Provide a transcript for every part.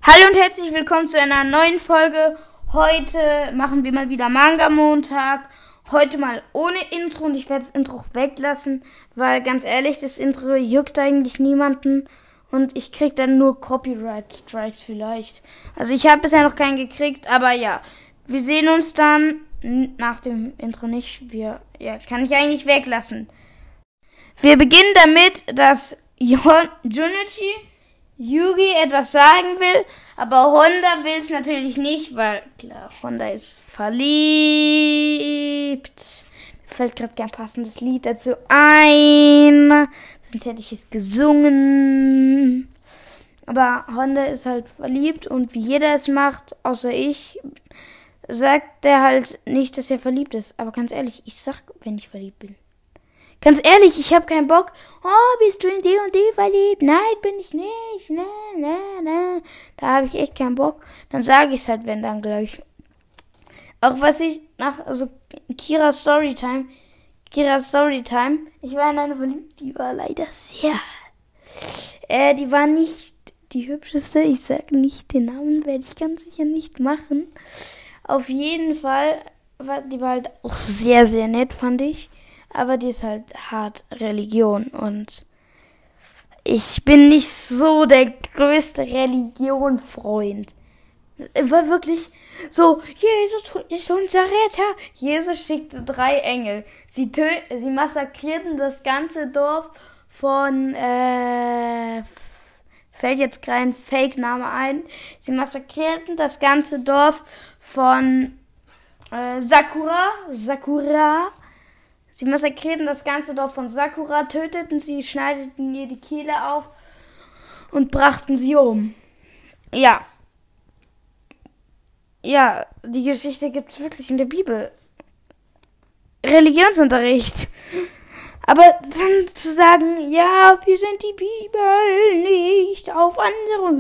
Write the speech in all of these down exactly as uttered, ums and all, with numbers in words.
Hallo und herzlich willkommen zu einer neuen Folge. Heute machen wir mal wieder Manga-Montag. Heute mal ohne Intro und ich werde das Intro weglassen, weil ganz ehrlich, das Intro juckt eigentlich niemanden und ich krieg dann nur Copyright-Strikes vielleicht. Also ich habe bisher noch keinen gekriegt, aber ja, wir sehen uns dann nach dem Intro nicht. Wir, ja, kann ich eigentlich weglassen. Wir beginnen damit, dass Junichi Yugi etwas sagen will, aber Honda will es natürlich nicht, weil, klar, Honda ist verliebt. Mir fällt gerade kein passendes Lied dazu ein, sonst hätte ich es gesungen. Aber Honda ist halt verliebt und wie jeder es macht, außer ich, sagt er halt nicht, dass er verliebt ist. Aber ganz ehrlich, ich sag, wenn ich verliebt bin. Ganz ehrlich, ich habe keinen Bock. Oh, bist du in die und die verliebt? Nein, bin ich nicht. Na, na, na. Da habe ich echt keinen Bock. Dann sage ich es halt, wenn dann gleich. Auch was ich nach, also Kira Storytime, Kira Storytime, ich war in einer verliebt, die war leider sehr, äh, die war nicht die hübscheste. Ich sage nicht den Namen, werde ich ganz sicher nicht machen. Auf jeden Fall, war, die war halt auch sehr, sehr nett, fand ich. Aber die ist halt hart Religion und ich bin nicht so der größte Religion-Freund. War wirklich so, Jesus ist unser Retter. Jesus schickte drei Engel. Sie, tö- sie massakrierten das ganze Dorf von, äh, fällt jetzt kein Fake-Name ein. Sie massakrierten das ganze Dorf von äh, Sakura, Sakura. Sie massakrierten das ganze Dorf von Sakura, töteten sie, schneideten ihr die Kehle auf und brachten sie um. Ja. Ja, die Geschichte gibt es wirklich in der Bibel. Religionsunterricht. Aber dann zu sagen, ja, wir sind die Bibel nicht auf andere,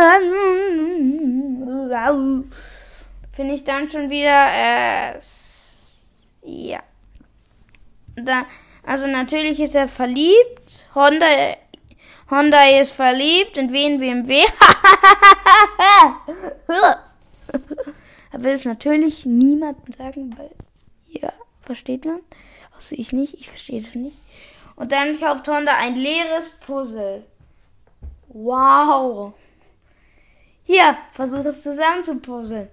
finde ich dann schon wieder, äh, ja. Da, also natürlich ist er verliebt. Honda, Honda ist verliebt. In wen, B M W? Er will es natürlich niemandem sagen, weil, ja, versteht man? Außer ich nicht, ich verstehe das nicht. Und dann kauft Honda ein leeres Puzzle. Wow. Hier, versuch es zusammen zu puzzeln.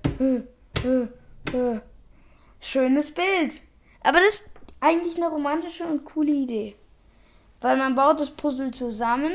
Schönes Bild. Aber das eigentlich eine romantische und coole Idee. Weil man baut das Puzzle zusammen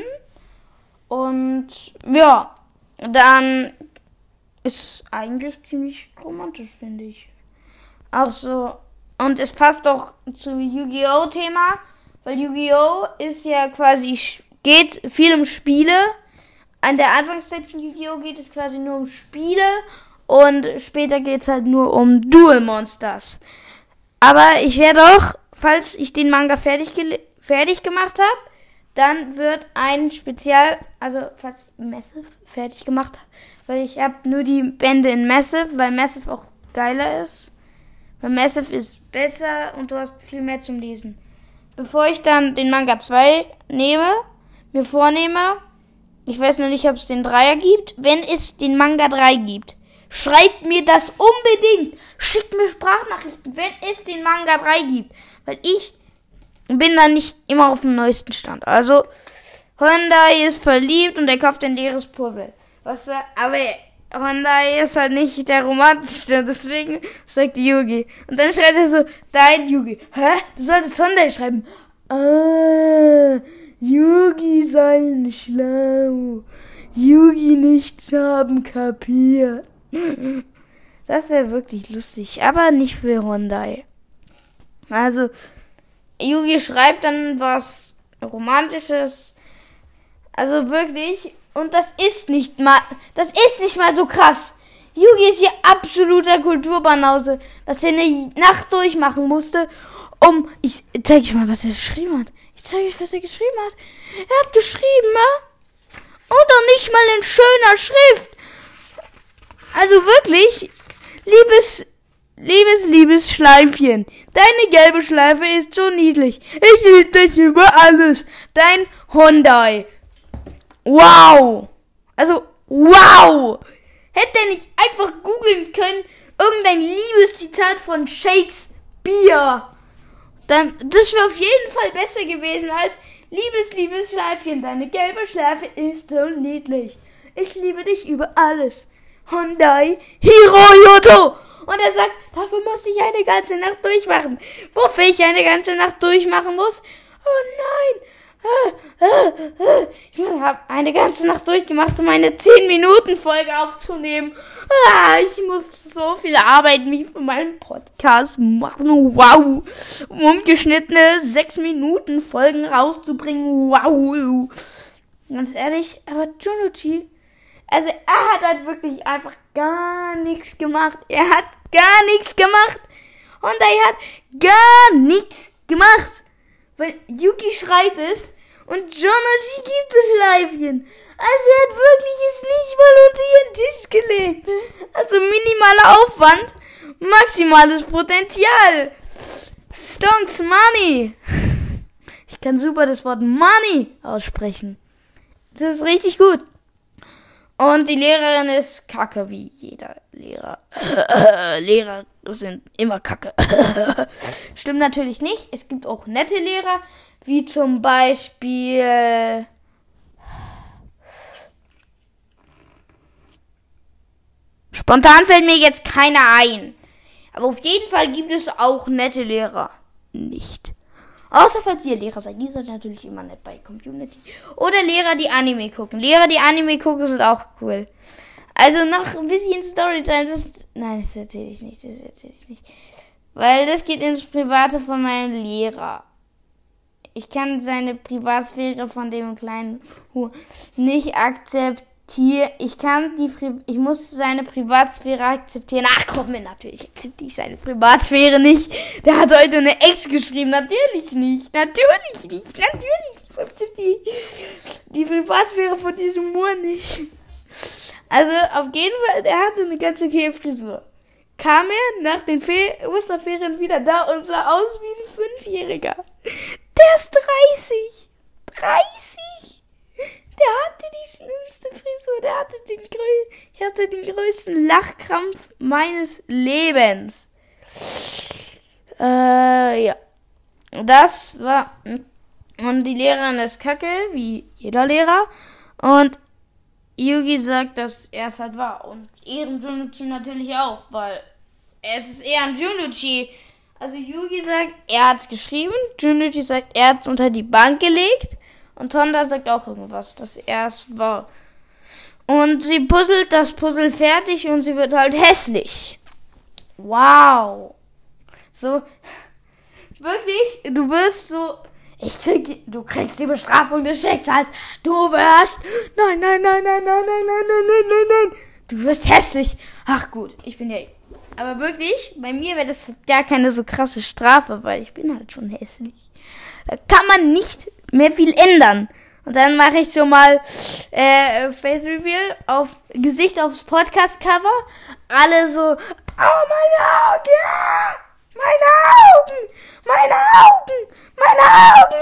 und ja, dann ist eigentlich ziemlich romantisch, finde ich. Auch so, und es passt auch zu Yu-Gi-Oh! Thema, weil Yu-Gi-Oh! Ist ja quasi, geht viel um Spiele. An der Anfangszeit von Yu-Gi-Oh! Geht es quasi nur um Spiele und später geht es halt nur um Duel Monsters. Aber ich werde auch, falls ich den Manga fertig, gele- fertig gemacht habe, dann wird ein Spezial, also falls Massive fertig gemacht habe, weil ich habe nur die Bände in Massive, weil Massive auch geiler ist. Weil Massive ist besser und du hast viel mehr zum Lesen. Bevor ich dann den Manga zwei nehme, mir vornehme, ich weiß noch nicht, ob es den Dreier gibt, wenn es den Manga drei gibt. Schreibt mir das unbedingt. Schickt mir Sprachnachrichten, wenn es den Manga drei gibt. Weil ich bin da nicht immer auf dem neuesten Stand. Also, Honda ist verliebt und er kauft ein leeres Puzzle. Was, aber Honda ist halt nicht der romantischste. Deswegen sagt Yugi. Und dann schreibt er so, dein Yugi. Hä? Du solltest Honda schreiben. Ah, Yugi sei schlau. Yugi nichts haben kapiert. Das wäre wirklich lustig, aber nicht für Honda. Also, Yugi schreibt dann was Romantisches. Also wirklich, und das ist nicht mal, das ist nicht mal so krass. Yugi ist hier absoluter Kulturbanause, dass er eine Nacht durchmachen musste, um, ich zeige euch mal, was er geschrieben hat. Ich zeige euch, was er geschrieben hat. Er hat geschrieben, ne? Und doch nicht mal in schöner Schrift. Also wirklich, liebes, liebes, liebes Schleifchen, deine gelbe Schleife ist so niedlich. Ich liebe dich über alles. Dein Honda. Wow. Also, Wow! Hätte er nicht einfach googeln können, irgendein Liebeszitat von Shakespeare. Dann, das wäre auf jeden Fall besser gewesen als Liebes, liebes Schleifchen, deine gelbe Schleife ist so niedlich. Ich liebe dich über alles. Hyundai Hiroyoto. Und er sagt, dafür musste ich eine ganze Nacht durchmachen. Wofür ich eine ganze Nacht durchmachen muss? Oh nein. Ich habe eine ganze Nacht durchgemacht, um eine zehn Minuten Folge aufzunehmen. Ich musste so viel Arbeit mich für meinen Podcast machen. Wow. Um umgeschnittene sechs Minuten Folgen rauszubringen. Wow. Ganz ehrlich, aber Junucci, also er hat halt wirklich einfach gar nichts gemacht. Er hat gar nichts gemacht. Und er hat gar nichts gemacht. Weil Yuki schreit es und Junucci gibt das Schleifchen. Also er hat wirklich es nicht mal unter ihren Tisch gelegt. Also minimaler Aufwand, maximales Potenzial. Stonks Money. Ich kann super das Wort Money aussprechen. Das ist richtig gut. Und die Lehrerin ist kacke, wie jeder Lehrer. Lehrer sind immer kacke. Stimmt natürlich nicht. Es gibt auch nette Lehrer, wie zum Beispiel... Spontan fällt mir jetzt keiner ein. Aber auf jeden Fall gibt es auch nette Lehrer. Nicht. Außer falls ihr Lehrer seid. Die sind natürlich immer nett bei Community. Oder Lehrer, die Anime gucken. Lehrer, die Anime gucken, sind auch cool. Also noch ein bisschen Storytime. Das, nein, das erzähle ich nicht. Das erzähle ich nicht. Weil das geht ins Private von meinem Lehrer. Ich kann seine Privatsphäre von dem kleinen Hu nicht akzeptieren. Ich kann die, Pri- ich muss seine Privatsphäre akzeptieren. Ach komm, natürlich akzeptiere ich seine Privatsphäre nicht. Der hat heute eine Ex geschrieben. Natürlich nicht. Natürlich nicht. Natürlich nicht. Ich akzeptiere die Privatsphäre von diesem Moor nicht. Also auf jeden Fall, der hatte eine ganz okay Frisur. Kam er nach den Fe- Osterferien wieder da und sah aus wie ein Fünfjähriger. Der ist dreißig. dreißig. Der hatte die schlimmste Frisur. Der hatte den grö- ich hatte den größten Lachkrampf meines Lebens. Äh, ja. Das war... Und die Lehrerin ist kacke, wie jeder Lehrer. Und Yugi sagt, dass er es halt war. Und Ehren Junucci natürlich auch, weil es ist eher ein Junucci. Also Yugi sagt, er hat es geschrieben. Junucci sagt, er hat es unter die Bank gelegt. Und Tonda sagt auch irgendwas, dass er es war. Und sie puzzelt das Puzzle fertig und sie wird halt hässlich. Wow. So, wirklich, du wirst so, ich krieg, du kriegst die Bestrafung des Schicksals. Du wirst, nein, nein, nein, nein, nein, nein, nein, nein, nein, nein, nein. Du wirst hässlich. Ach gut, ich bin ja, aber wirklich, bei mir wäre das gar keine so krasse Strafe, weil ich bin halt schon hässlich. Da kann man nicht mehr viel ändern. Und dann mache ich so mal äh, Face Reveal auf Gesicht aufs Podcast-Cover. Alle so, oh meine Augen, ja! Meine Augen! Meine Augen!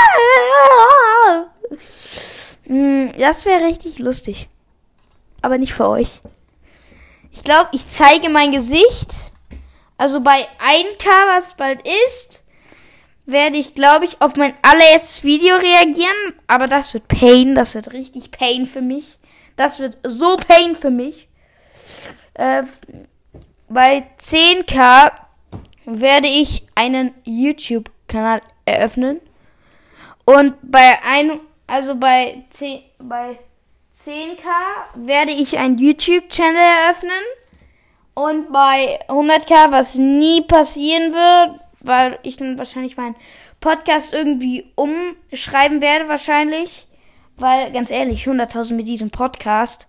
Meine Augen, ja! Das wäre richtig lustig. Aber nicht für euch. Ich glaube, ich zeige mein Gesicht. Also bei eins K, was bald ist, werde ich, glaube ich, auf mein allererstes Video reagieren. Aber das wird Pain. Das wird richtig Pain für mich. Das wird so Pain für mich. Äh, bei zehn K werde ich einen YouTube-Kanal eröffnen. Und bei ein, also bei zehn, bei zehn K werde ich einen YouTube-Channel eröffnen. Und bei hundert K, was nie passieren wird, weil ich dann wahrscheinlich meinen Podcast irgendwie umschreiben werde, wahrscheinlich. Weil, ganz ehrlich, hunderttausend mit diesem Podcast.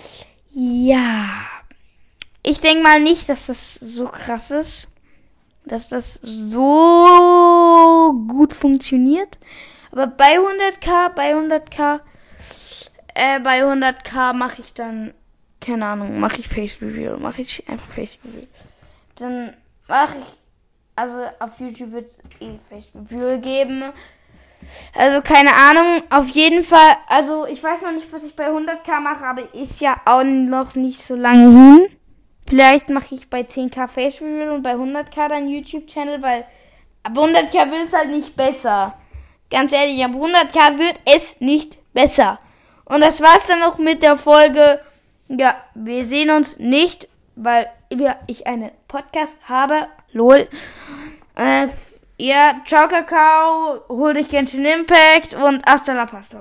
Ja. Ich denke mal nicht, dass das so krass ist. Dass das so gut funktioniert. Aber bei hundert K, bei hundert K, äh, bei hundert K mache ich dann, keine Ahnung, mache ich Face Reveal. Mache ich einfach Face Reveal. Dann mache ich, also auf YouTube wird es eh Face Reveal geben. Also keine Ahnung, auf jeden Fall, also ich weiß noch nicht, was ich bei hunderttausend mache, aber ist ja auch noch nicht so lange hin. Vielleicht mache ich bei zehntausend Face Reveal und bei hunderttausend dann YouTube-Channel, weil ab hunderttausend wird es halt nicht besser. Ganz ehrlich, ab hunderttausend wird es nicht besser. Und das war's dann noch mit der Folge. Ja, wir sehen uns nicht, weil ich einen Podcast habe. Lol. Äh, ja, ciao Kakao, hol dich Genshin Impact und hasta la pasta.